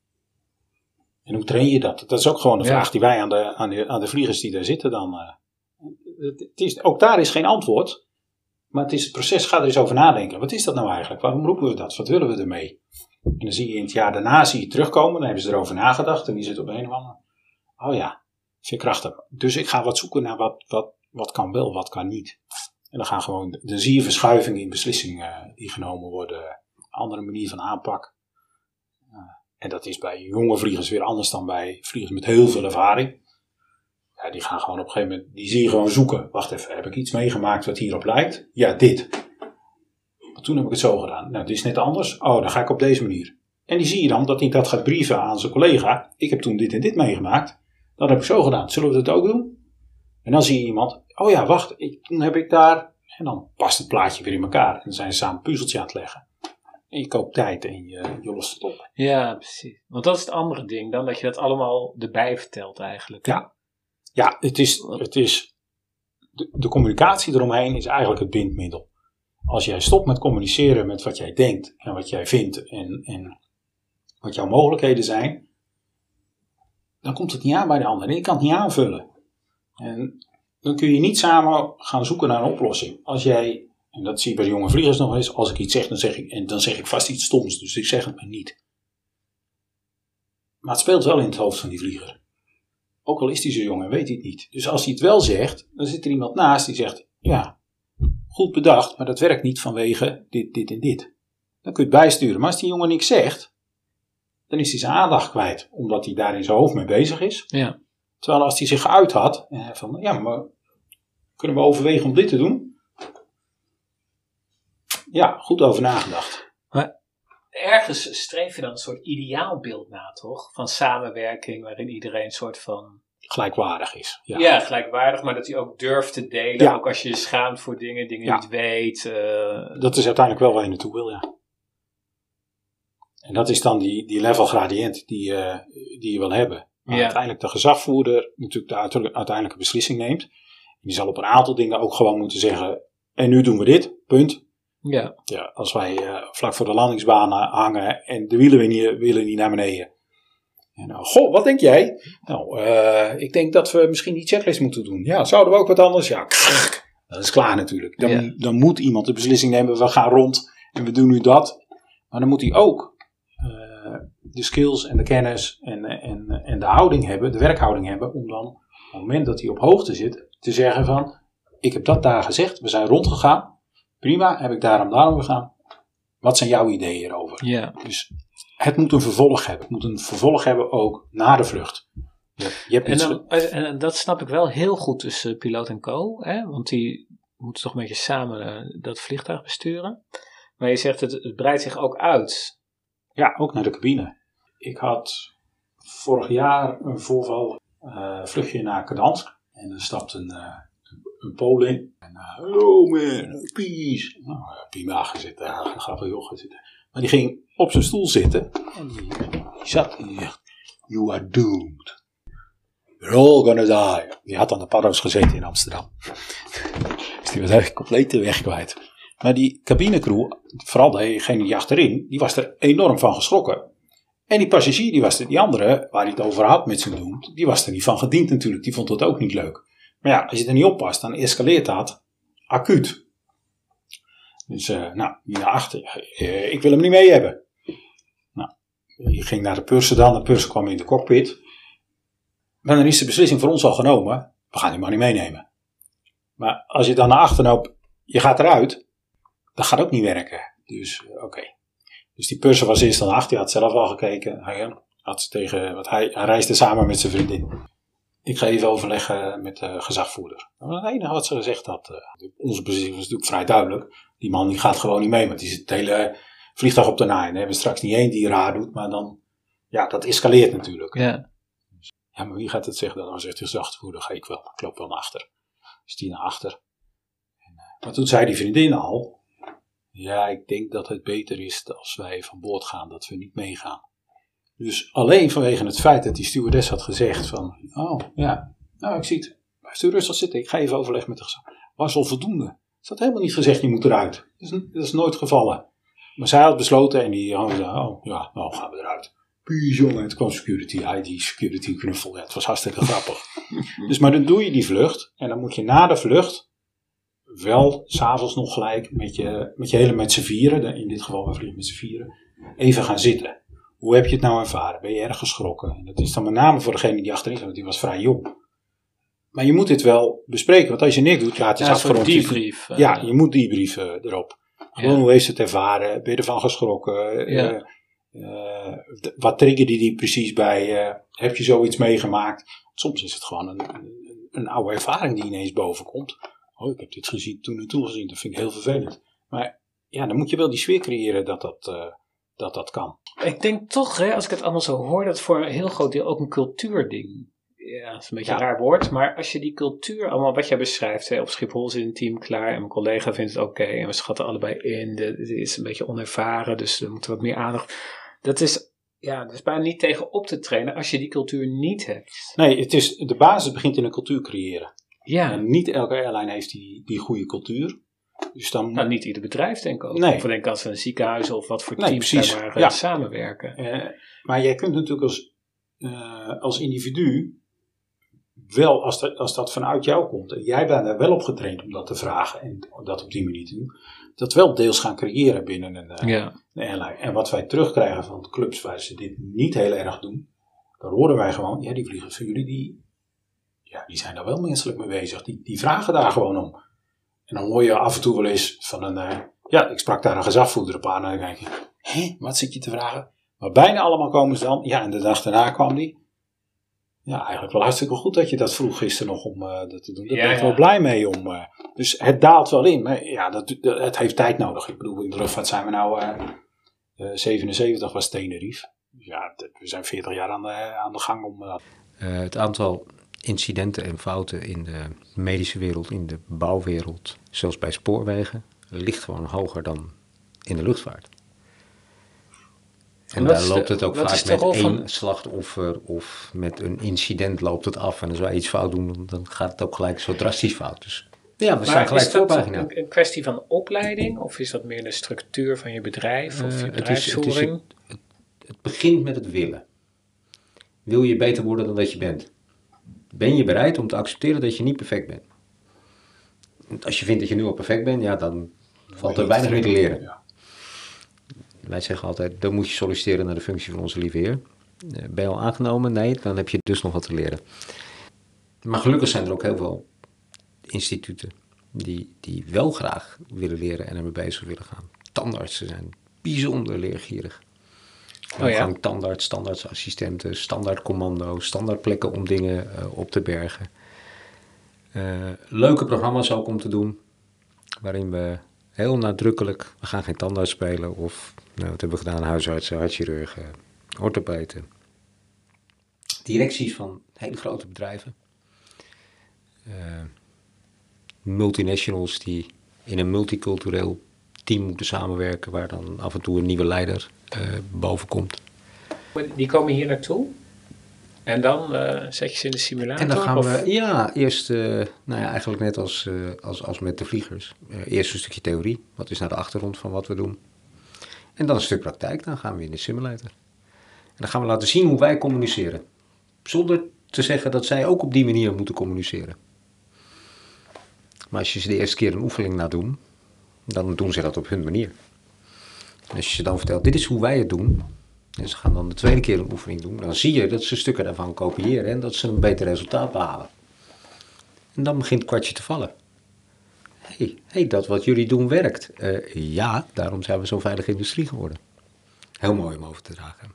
En hoe train je dat? Dat is ook gewoon een ja. vraag die wij aan de, aan, de, aan de vliegers die daar zitten dan. Uh, het, het is, ook daar is geen antwoord. Maar het is het proces, ga er eens over nadenken. Wat is dat nou eigenlijk? Waarom roepen we dat? Wat willen we ermee? En dan zie je in het jaar daarna zie je terugkomen. Dan hebben ze erover nagedacht. En die zit op een of andere. Oh ja, veerkrachtig. Dus ik ga wat zoeken naar wat, wat, wat kan wel, wat kan niet. En dan gaan gewoon, dan zie je verschuivingen in beslissingen die genomen worden. Andere manier van aanpak. Uh, en dat is bij jonge vliegers weer anders dan bij vliegers met heel veel ervaring. Ja, die gaan gewoon op een gegeven moment, die zie je gewoon zoeken. Wacht even, heb ik iets meegemaakt wat hierop lijkt? Ja, dit. Maar toen heb ik het zo gedaan. Nou, dit is net anders. Oh, dan ga ik op deze manier. En die zie je dan dat hij dat gaat brieven aan zijn collega. Ik heb toen dit en dit meegemaakt. Dat heb ik zo gedaan. Zullen we dat ook doen? En dan zie je iemand. Oh ja, wacht. Ik, toen heb ik daar. En dan past het plaatje weer in elkaar. En dan zijn ze samen een puzzeltje aan het leggen. En je koopt tijd en je, je lost het op. Ja, precies. Want dat is het andere ding dan. Dat je dat allemaal erbij vertelt eigenlijk. Ja. Ja, het is, het is de, de communicatie eromheen is eigenlijk het bindmiddel. Als jij stopt met communiceren met wat jij denkt en wat jij vindt en, en wat jouw mogelijkheden zijn, dan komt het niet aan bij de ander. En je kan het niet aanvullen. En dan kun je niet samen gaan zoeken naar een oplossing. Als jij, en dat zie je bij de jonge vliegers nog eens, als ik iets zeg, dan zeg ik, en dan zeg ik vast iets stoms, dus ik zeg het maar niet. Maar het speelt wel in het hoofd van die vlieger. Ook al is hij zo jong en weet hij het niet. Dus als hij het wel zegt, dan zit er iemand naast die zegt, ja, goed bedacht, maar dat werkt niet vanwege dit, dit en dit. Dan kun je het bijsturen. Maar als die jongen niks zegt, dan is hij zijn aandacht kwijt, omdat hij daar in zijn hoofd mee bezig is. Ja. Terwijl als hij zich geuit had, en van, ja, maar kunnen we overwegen om dit te doen? Ja, goed over nagedacht. Maar ergens streef je dan een soort ideaalbeeld na, toch? Van samenwerking, waarin iedereen een soort van gelijkwaardig is. Ja, ja gelijkwaardig, maar dat hij ook durft te delen. Ja. Ook als je je schaamt voor dingen, dingen ja. niet weet. Uh... Dat is uiteindelijk wel waar je naartoe wil, ja. En dat is dan die, die level gradient die, uh, die je wil hebben. Maar ja. uiteindelijk de gezagvoerder natuurlijk de uiteindelijke beslissing neemt. En die zal op een aantal dingen ook gewoon moeten zeggen, en nu doen we dit, punt. Ja. Ja, als wij uh, vlak voor de landingsbaan hangen en de wielen weer niet, willen niet naar beneden. En nou, goh, wat denk jij? Nou, uh, ik denk dat we misschien die checklist moeten doen. Ja, zouden we ook wat anders? Ja, dat is klaar natuurlijk. Dan, ja. dan moet iemand de beslissing nemen, we gaan rond en we doen nu dat. Maar dan moet hij ook uh, de skills en de kennis en, en, en de houding hebben, de werkhouding hebben, om dan op het moment dat hij op hoogte zit, te zeggen van, ik heb dat daar gezegd, we zijn rondgegaan, prima, heb ik daarom daarom gegaan. Wat zijn jouw ideeën hierover? Ja. Dus het moet een vervolg hebben. Het moet een vervolg hebben ook na de vlucht. Je, je hebt en, iets dan, en dat snap ik wel heel goed tussen piloot en co. Hè? Want die moeten toch een beetje samen uh, dat vliegtuig besturen. Maar je zegt het, het breidt zich ook uit. Ja, ook naar de cabine. Ik had vorig jaar een voorval uh, vluchtje naar Gdansk. En er stapte een, uh, een Pool in. En uh, hello man, peace. Nou, prima gezeten, ja, een grappig joch gezeten. Maar die ging op zijn stoel zitten. En die, die zat en die zegt, you are doomed. We're all gonna die. Die had aan de paddo's gezeten in Amsterdam. Dus die was eigenlijk compleet de weg kwijt. Maar die cabinecrew, vooral degene die achterin, die was er enorm van geschrokken. En die passagier, die was er, die andere, waar hij het over had met zijn doen, die was er niet van gediend natuurlijk. Die vond het ook niet leuk. Maar ja, als je er niet oppast, dan escaleert dat acuut. Dus, uh, nou, die naar achter. Uh, ik wil hem niet mee hebben. Nou, je ging naar de purser dan. De purser kwam in de cockpit. Maar dan is de beslissing voor ons al genomen. We gaan die man niet meenemen. Maar als je dan naar achter loopt, je gaat eruit. Dat gaat ook niet werken. Dus, uh, oké. Okay. Dus die purser was eerst dan achter. Hij had zelf al gekeken. Hij, had tegen, wat hij, hij reisde samen met zijn vriendin. Ik ga even overleggen met de gezagvoerder. Dat was het enige wat ze gezegd had. Uh, onze beslissing was natuurlijk vrij duidelijk. Die man die gaat gewoon niet mee. Want die zit het hele vliegtuig op de naaien. Dan hebben we straks niet één die raar doet. Maar dan, ja, dat escaleert natuurlijk. Ja. Ja, maar wie gaat het zeggen? Dan zegt de gezagvoerder, ga ik wel. Ik loop wel naar achter. Dus die naar achter. En, uh, maar toen zei die vriendin al. Ja, ik denk dat het beter is als wij van boord gaan. Dat we niet meegaan. Dus alleen vanwege het feit dat die stewardess had gezegd van, oh ja, nou ik zie het, blijf u rustig zitten, ik ga even overleggen met de gezag. Was al voldoende. Ze had helemaal niet gezegd, je moet eruit. Dat is, dat is nooit gevallen. Maar zij had besloten en die oh, zei, oh ja, nou gaan we eruit. Pies jongen, het kwam security, I D, security knuffel, ja, het was hartstikke grappig. Dus maar dan doe je die vlucht en dan moet je na de vlucht wel s'avonds nog gelijk met je, met je hele met z'n vieren, in dit geval we vliegen met z'n vieren, even gaan zitten. Hoe heb je het nou ervaren? Ben je erg geschrokken? En dat is dan met name voor degene die achterin zat, want die was vrij jong. Maar je moet dit wel bespreken, want als je niks doet, ja, het is ja, afgerond. Debrief, uh, ja, je moet debriefen erop. Gewoon, ja. Hoe heeft het ervaren? Ben je ervan geschrokken? Ja. Uh, uh, wat triggerde die precies bij? Uh, heb je zoiets meegemaakt? Soms is het gewoon een, een, een oude ervaring die ineens bovenkomt. Oh, ik heb dit gezien, toen en toen gezien. Dat vind ik heel vervelend. Maar ja, dan moet je wel die sfeer creëren dat dat... Uh, dat dat kan. Ik denk toch, hè, als ik het allemaal zo hoor, dat het voor een heel groot deel ook een cultuurding. Ja, dat is een beetje ja. een raar woord, maar als je die cultuur, allemaal wat jij beschrijft, hè, op Schiphol zit een team klaar en mijn collega vindt het oké okay, en we schatten allebei in, het is een beetje onervaren, dus er moet wat meer aandacht. Dat is, ja, dat is bijna niet tegen op te trainen als je die cultuur niet hebt. Nee, het is, de basis begint in een cultuur creëren. Ja. En niet elke airline heeft die, die goede cultuur. Dus dan, nou, niet ieder bedrijf denk ik ook. Nee. Of denk als een ziekenhuis of wat voor nee, teams precies. daar maar ja. samenwerken. Uh, maar jij kunt natuurlijk als, uh, als individu wel, als, de, als dat vanuit jou komt en jij bent er wel op getraind om dat te vragen en dat op die manier te doen, dat wel deels gaan creëren binnen een, uh, ja. een airline. En wat wij terugkrijgen van de clubs waar ze dit niet heel erg doen, dan horen wij gewoon, ja, die vliegers van jullie, die, ja, die zijn daar wel menselijk mee bezig. Die, die vragen daar gewoon om. En dan hoor je af en toe wel eens van een, uh, ja, ik sprak daar een gezagvoerder op aan en dan denk je, hé, wat zit je te vragen? Maar bijna allemaal komen ze dan, ja, en de dag daarna kwam die. Ja, eigenlijk wel hartstikke goed dat je dat vroeg gisteren nog om uh, dat te doen. Daar ja, ben ik ja. wel blij mee om. Uh, dus het daalt wel in, maar ja, dat, dat, het heeft tijd nodig. Ik bedoel, in de luchtvaart zijn we nou, uh, uh, zevenenzeventig was Tenerife. Dus ja, we zijn veertig jaar aan de, aan de gang om... Uh, uh, het aantal incidenten en fouten in de medische wereld, in de bouwwereld, zelfs bij spoorwegen, ligt gewoon hoger dan in de luchtvaart. En, en daar loopt het ook vaak met één van... slachtoffer of met een incident loopt het af. En als wij iets fout doen, dan gaat het ook gelijk zo drastisch fout. Dus ja, we staan gelijk voorpagina. Is dat een, een kwestie van opleiding? Of is dat meer de structuur van je bedrijf? Of je uh, bedrijfsvoering? Het, het, het, het begint met het willen. Wil je beter worden dan dat je bent? Ben je bereid om te accepteren dat je niet perfect bent? Want als je vindt dat je nu al perfect bent, ja, dan valt er weinig meer te leren. Ja. wij zeggen altijd, dan moet je solliciteren naar de functie van onze lieve Heer. Uh, ben je al aangenomen? Nee, dan heb je dus nog wat te leren. Maar gelukkig zijn er ook heel veel instituten die, die wel graag willen leren en ermee bezig willen gaan. Tandartsen zijn bijzonder leergierig. Oh ja? Gang tandarts, tandartsassistenten, standaardcommando's, standaardplekken om dingen uh, op te bergen. Uh, leuke programma's ook om te doen, waarin we heel nadrukkelijk, we gaan geen tandarts spelen of, nou, wat hebben we gedaan, huisartsen, hartchirurgen, orthopeden. Directies van hele grote bedrijven. Uh, multinationals die in een multicultureel team moeten samenwerken, waar dan af en toe een nieuwe leider uh, boven komt. Die komen hier naartoe en dan uh, zet je ze in de simulator? En dan gaan of? we, ja, eerst, uh, nou ja, eigenlijk net als, uh, als, als met de vliegers. Uh, eerst een stukje theorie, wat is nou de achtergrond van wat we doen. En dan een stuk praktijk, dan gaan we in de simulator. En dan gaan we laten zien hoe wij communiceren. Zonder te zeggen dat zij ook op die manier moeten communiceren. Maar als je ze de eerste keer een oefening laat doen, dan doen ze dat op hun manier. En als je ze dan vertelt, dit is hoe wij het doen, en ze gaan dan de tweede keer een oefening doen, dan zie je dat ze stukken daarvan kopiëren en dat ze een beter resultaat behalen. En dan begint het kwartje te vallen. Hé, hey, hey, dat wat jullie doen werkt. Uh, ja, daarom zijn we zo'n veilige industrie geworden. Heel mooi om over te dragen.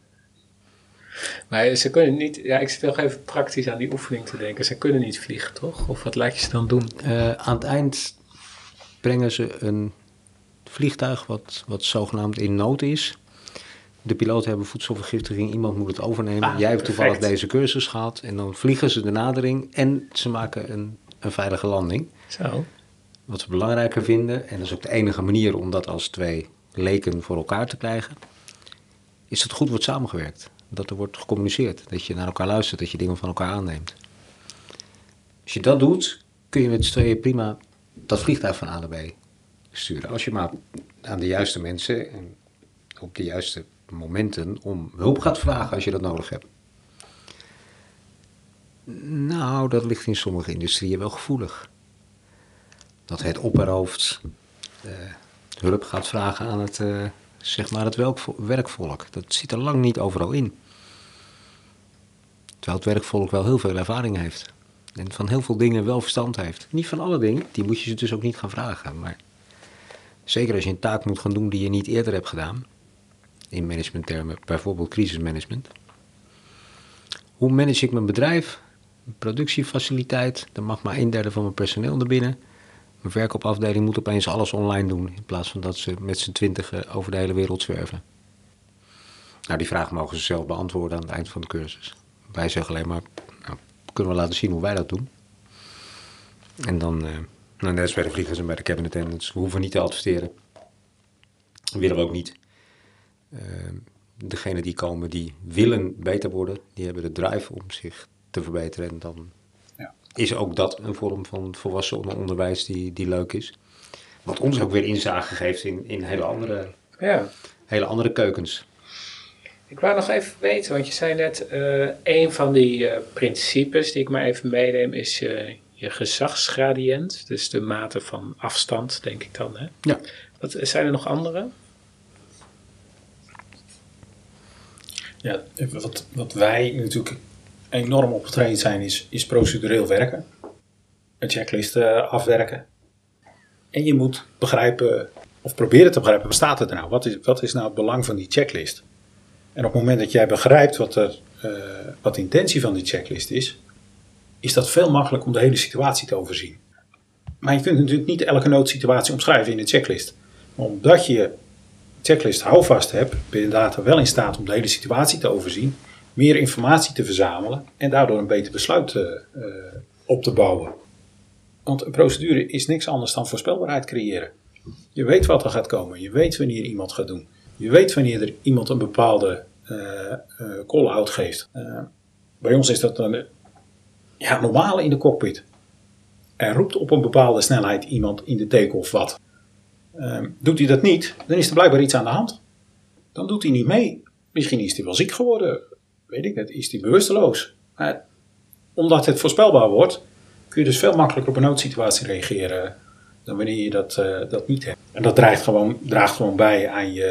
Maar ze kunnen niet, ja, ik zit nog even praktisch aan die oefening te denken. Ze kunnen niet vliegen, toch? Of wat laat je ze dan doen? Uh, aan het eind brengen ze een vliegtuig wat, wat zogenaamd in nood is. De piloten hebben voedselvergiftiging, iemand moet het overnemen. Ah, Jij hebt toevallig perfect. deze cursus gehad. En dan vliegen ze de nadering en ze maken een, een veilige landing. Zo. Wat we belangrijker vinden, en dat is ook de enige manier om dat als twee leken voor elkaar te krijgen, is dat goed wordt samengewerkt. Dat er wordt gecommuniceerd, dat je naar elkaar luistert, dat je dingen van elkaar aanneemt. Als je dat doet, kun je met z'n tweeën prima dat vliegtuig van A naar B sturen. Als je maar aan de juiste mensen en op de juiste momenten om hulp gaat vragen als je dat nodig hebt. Nou, dat ligt in sommige industrieën wel gevoelig. Dat het opperhoofd uh, hulp gaat vragen aan het, uh, zeg maar het welk- werkvolk. Dat zit er lang niet overal in. Terwijl het werkvolk wel heel veel ervaring heeft. En van heel veel dingen wel verstand heeft. Niet van alle dingen, die moet je ze dus ook niet gaan vragen. Maar zeker als je een taak moet gaan doen die je niet eerder hebt gedaan. In managementtermen, bijvoorbeeld crisismanagement. Hoe manage ik mijn bedrijf? Een productiefaciliteit, dan mag maar een derde van mijn personeel naar binnen. Mijn verkoopafdeling moet opeens alles online doen, in plaats van dat ze met z'n twintigen over de hele wereld zwerven. Nou, die vraag mogen ze zelf beantwoorden aan het eind van de cursus. Wij zeggen alleen maar, nou, kunnen we laten zien hoe wij dat doen. En dan, uh, nou, net als bij de vliegers en bij de cabin attendants, we hoeven niet te adverteren. Dat willen we ook niet. Uh, degenen die komen, die willen beter worden, die hebben de drive om zich te verbeteren. En dan ja. is ook dat een vorm van volwassen onderwijs die, die leuk is. Wat ons ook weer inzage geeft in, in hele, andere, ja. hele andere keukens. Ik wou nog even weten, want je zei net, uh, een van die uh, principes die ik maar even meeneem is uh, je gezagsgradient. Dus de mate van afstand, denk ik dan. Hè? Ja. Wat, zijn er nog andere? Ja, wat, wat wij natuurlijk enorm op getraind zijn is, is procedureel werken. Een checklist uh, afwerken. En je moet begrijpen, of proberen te begrijpen, wat staat er nou? Wat is, wat is nou het belang van die checklist? En op het moment dat jij begrijpt wat, er, uh, wat de intentie van die checklist is, is dat veel makkelijker om de hele situatie te overzien. Maar je kunt natuurlijk niet elke noodsituatie omschrijven in een checklist. Maar omdat je checklist houvast hebt, ben je inderdaad wel in staat om de hele situatie te overzien, meer informatie te verzamelen en daardoor een beter besluit uh, op te bouwen. Want een procedure is niks anders dan voorspelbaarheid creëren. Je weet wat er gaat komen, je weet wanneer iemand gaat doen. Je weet wanneer er iemand een bepaalde uh, uh, call-out geeft. Uh, bij ons is dat een ja, normaal in de cockpit. Er roept op een bepaalde snelheid iemand in de take-off wat. Uh, doet hij dat niet, dan is er blijkbaar iets aan de hand. Dan doet hij niet mee. Misschien is hij wel ziek geworden. Weet ik het, is hij bewusteloos. Uh, omdat het voorspelbaar wordt, kun je dus veel makkelijker op een noodsituatie reageren dan wanneer je dat, uh, dat niet hebt. En dat draagt gewoon, draagt gewoon bij aan je,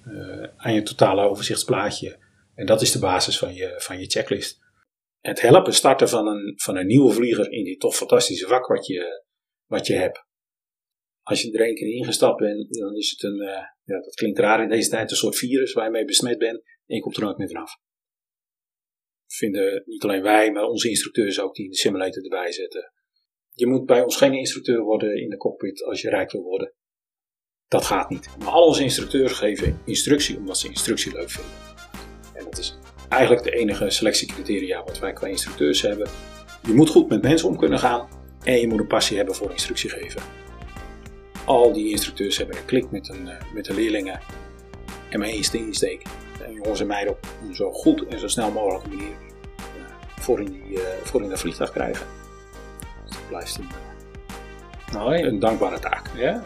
uh, aan je totale overzichtsplaatje. En dat is de basis van je, van je checklist. Het helpen starten van een, van een nieuwe vlieger in die toch fantastische vak wat je, wat je hebt. Als je er één keer ingestapt bent, dan is het een, uh, ja, dat klinkt raar in deze tijd, een soort virus waar je mee besmet bent. En je komt er nooit meer vanaf. Vinden niet alleen wij, maar onze instructeurs ook die de simulator erbij zetten. Je moet bij ons geen instructeur worden in de cockpit als je rijk wil worden. Dat gaat niet. Maar al onze instructeurs geven instructie omdat ze instructie leuk vinden. En dat is eigenlijk de enige selectiecriteria wat wij qua instructeurs hebben. Je moet goed met mensen om kunnen gaan en je moet een passie hebben voor instructie geven. Al die instructeurs hebben een klik met, een, met de leerlingen en met één insteek. En jongens en meiden op een zo goed en zo snel mogelijke manier voor in, die, uh, voor in dat vliegtuig krijgen. Dus dat blijft een, nou, een dankbare taak. Ja?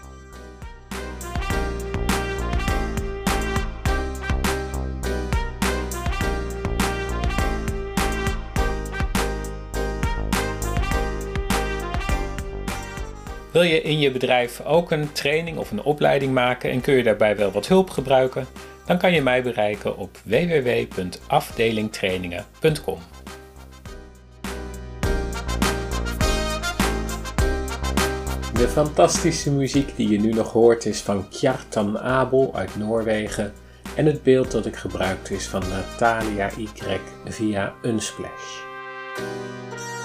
Wil je in je bedrijf ook een training of een opleiding maken en kun je daarbij wel wat hulp gebruiken? Dan kan je mij bereiken op w w w punt afdelingtrainingen punt com. De fantastische muziek die je nu nog hoort is van Kjartan Abel uit Noorwegen en het beeld dat ik gebruikt is van Natalia Y via Unsplash.